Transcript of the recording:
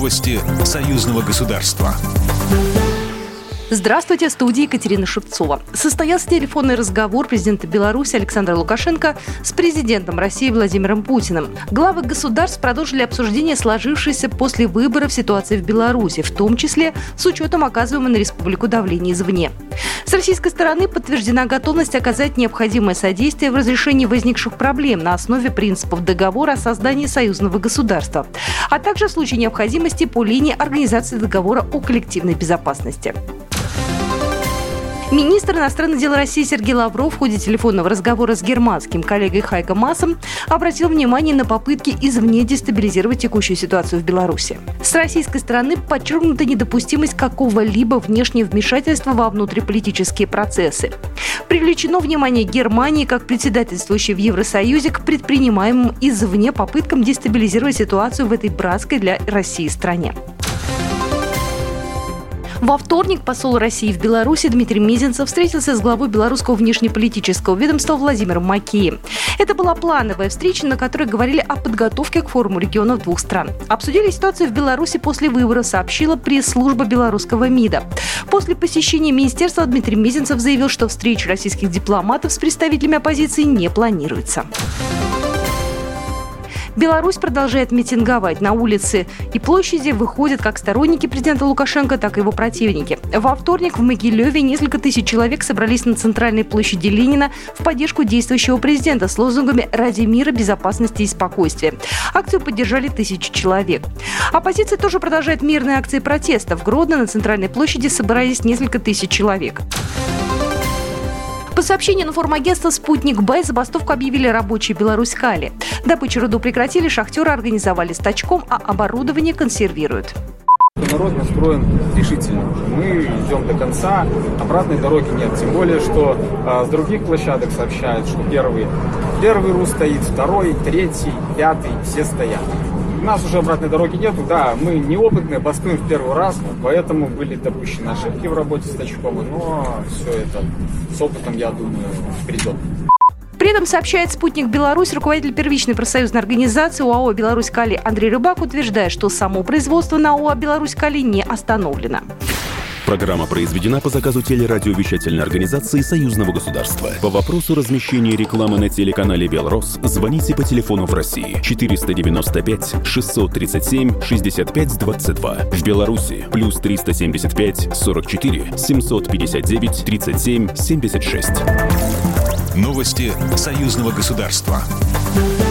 Новости союзного государства. Здравствуйте, в студии Екатерина Шевцова. Состоялся телефонный разговор президента Беларуси Александра Лукашенко с президентом России Владимиром Путиным. Главы государств продолжили обсуждение сложившейся после выборов ситуации в Беларуси, в том числе с учетом оказываемого на республику давления извне. С российской стороны подтверждена готовность оказать необходимое содействие в разрешении возникших проблем на основе принципов договора о создании союзного государства, а также в случае необходимости по линии организации договора о коллективной безопасности. Министр иностранных дел России Сергей Лавров в ходе телефонного разговора с германским коллегой Хайко Маасом обратил внимание на попытки извне дестабилизировать текущую ситуацию в Беларуси. С российской стороны подчеркнута недопустимость какого-либо внешнего вмешательства во внутриполитические процессы. Привлечено внимание Германии как председательствующей в Евросоюзе к предпринимаемым извне попыткам дестабилизировать ситуацию в этой братской для России стране. Во вторник посол России в Беларуси Дмитрий Мезенцев встретился с главой белорусского внешнеполитического ведомства Владимиром Макеем. Это была плановая встреча, на которой говорили о подготовке к форуму регионов двух стран. Обсудили ситуацию в Беларуси после выборов, сообщила пресс-служба белорусского МИДа. После посещения министерства Дмитрий Мезенцев заявил, что встреча российских дипломатов с представителями оппозиции не планируется. Беларусь продолжает митинговать. На улицы и площади выходят как сторонники президента Лукашенко, так и его противники. Во вторник в Могилеве несколько тысяч человек собрались на центральной площади Ленина в поддержку действующего президента с лозунгами «Ради мира, безопасности и спокойствия». Акцию поддержали тысячи человек. Оппозиция тоже продолжает мирные акции протеста. В Гродно на центральной площади собрались несколько тысяч человек. По сообщению информагентства «Спутник-Б» забастовку объявили рабочие Беларусь-Кали. Добычу руду прекратили, шахтеры организовали стачком, а оборудование консервируют. Народ настроен решительно. Мы идем до конца, обратной дороги нет. Тем более, что с других площадок сообщают, что первый РУ стоит, второй, третий, пятый, все стоят. У нас уже обратной дороги нету, да, мы неопытные, бастуем в первый раз, поэтому были допущены ошибки в работе с стачком, но все это с опытом, я думаю, придет. При этом, сообщает «Спутник Беларусь», руководитель первичной профсоюзной организации ОАО «Беларусь-Кали» Андрей Рыбак утверждает, что само производство на ОАО «Беларусь-Кали» не остановлено. Программа произведена по заказу телерадиовещательной организации Союзного государства. По вопросу размещения рекламы на телеканале «Белрос» звоните по телефону в России 495 637 65 22. В Беларуси плюс 375 44 759 37 76. Новости союзного государства.